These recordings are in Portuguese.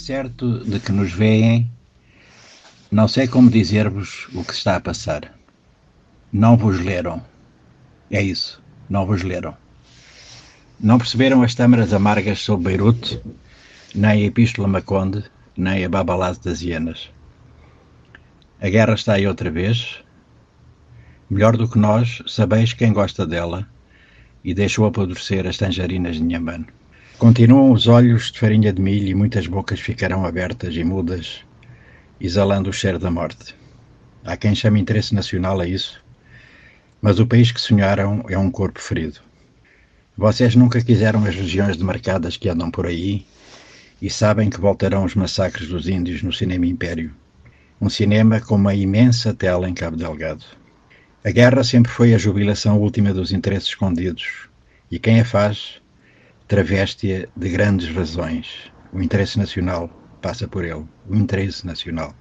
Certo de que nos veem, não sei como dizer-vos o que está a passar. Não vos leram. É isso, não vos leram. Não perceberam as tâmaras amargas sobre Beirute, nem a Epístola Maconde, nem a Babalade das Hienas. A guerra está aí outra vez. Melhor do que nós, sabeis quem gosta dela e deixou apodrecer as tangerinas de Inhambane. Continuam os olhos de farinha de milho e muitas bocas ficarão abertas e mudas, exalando o cheiro da morte. Há quem chame interesse nacional a isso, mas o país que sonharam é um corpo ferido. Vocês nunca quiseram as regiões demarcadas que andam por aí e sabem que voltarão os massacres dos índios no cinema Império. Um cinema com uma imensa tela em Cabo Delgado. A guerra sempre foi a jubilação última dos interesses escondidos e quem a faz traveste-a de grandes razões. O interesse nacional passa por ele. O interesse nacional.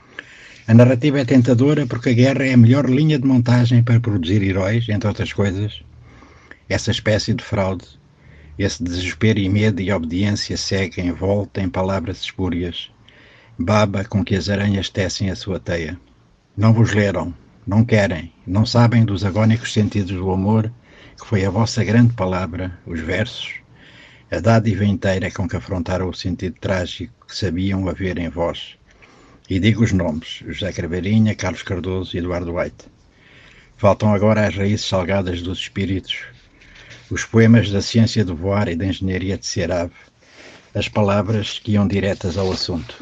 A narrativa é tentadora porque a guerra é a melhor linha de montagem para produzir heróis, entre outras coisas. Essa espécie de fraude, esse desespero e medo e obediência cega envolta em palavras espúrias, baba com que as aranhas tecem a sua teia. Não vos leram, não querem, não sabem dos agónicos sentidos do amor, que foi a vossa grande palavra, os versos, a dádiva inteira com que afrontaram o sentido trágico que sabiam haver em vós. E digo os nomes, José Craveirinha, Carlos Cardoso e Eduardo White. Faltam agora as raízes salgadas dos espíritos, os poemas da ciência de voar e da engenharia de ser ave, as palavras que iam diretas ao assunto.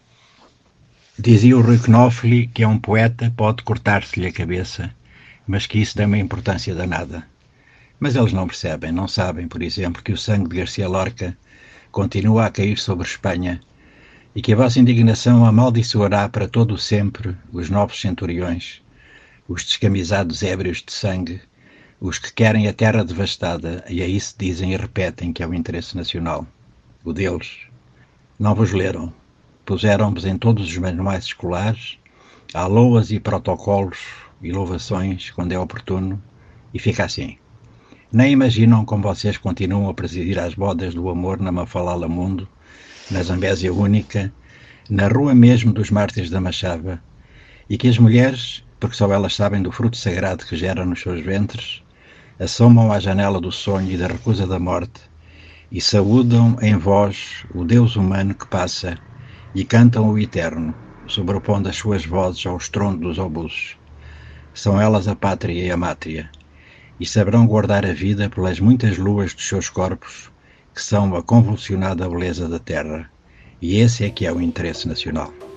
Dizia o Rui Knopfli que é um poeta, pode cortar-se-lhe a cabeça, mas que isso dá uma importância danada. Mas eles não percebem, não sabem, por exemplo, que o sangue de Garcia Lorca continua a cair sobre Espanha e que a vossa indignação amaldiçoará para todo o sempre os novos centuriões, os descamisados ébrios de sangue, os que querem a terra devastada e a isso dizem e repetem que é o interesse nacional. O deles. Não vos leram. Puseram-vos em todos os manuais escolares, há loas e protocolos e louvações quando é oportuno, e fica assim. Nem imaginam como vocês continuam a presidir às bodas do amor na Mafalala Mundo, na Zambésia Única, na rua mesmo dos mártires da Machava, e que as mulheres, porque só elas sabem do fruto sagrado que geram nos seus ventres, assomam à janela do sonho e da recusa da morte, e saúdam em vós o Deus humano que passa, e cantam o eterno, sobrepondo as suas vozes ao estrondo dos obusos. São elas a pátria e a mátria, e saberão guardar a vida pelas muitas luas dos seus corpos, que são a convulsionada beleza da terra. E esse é que é o interesse nacional.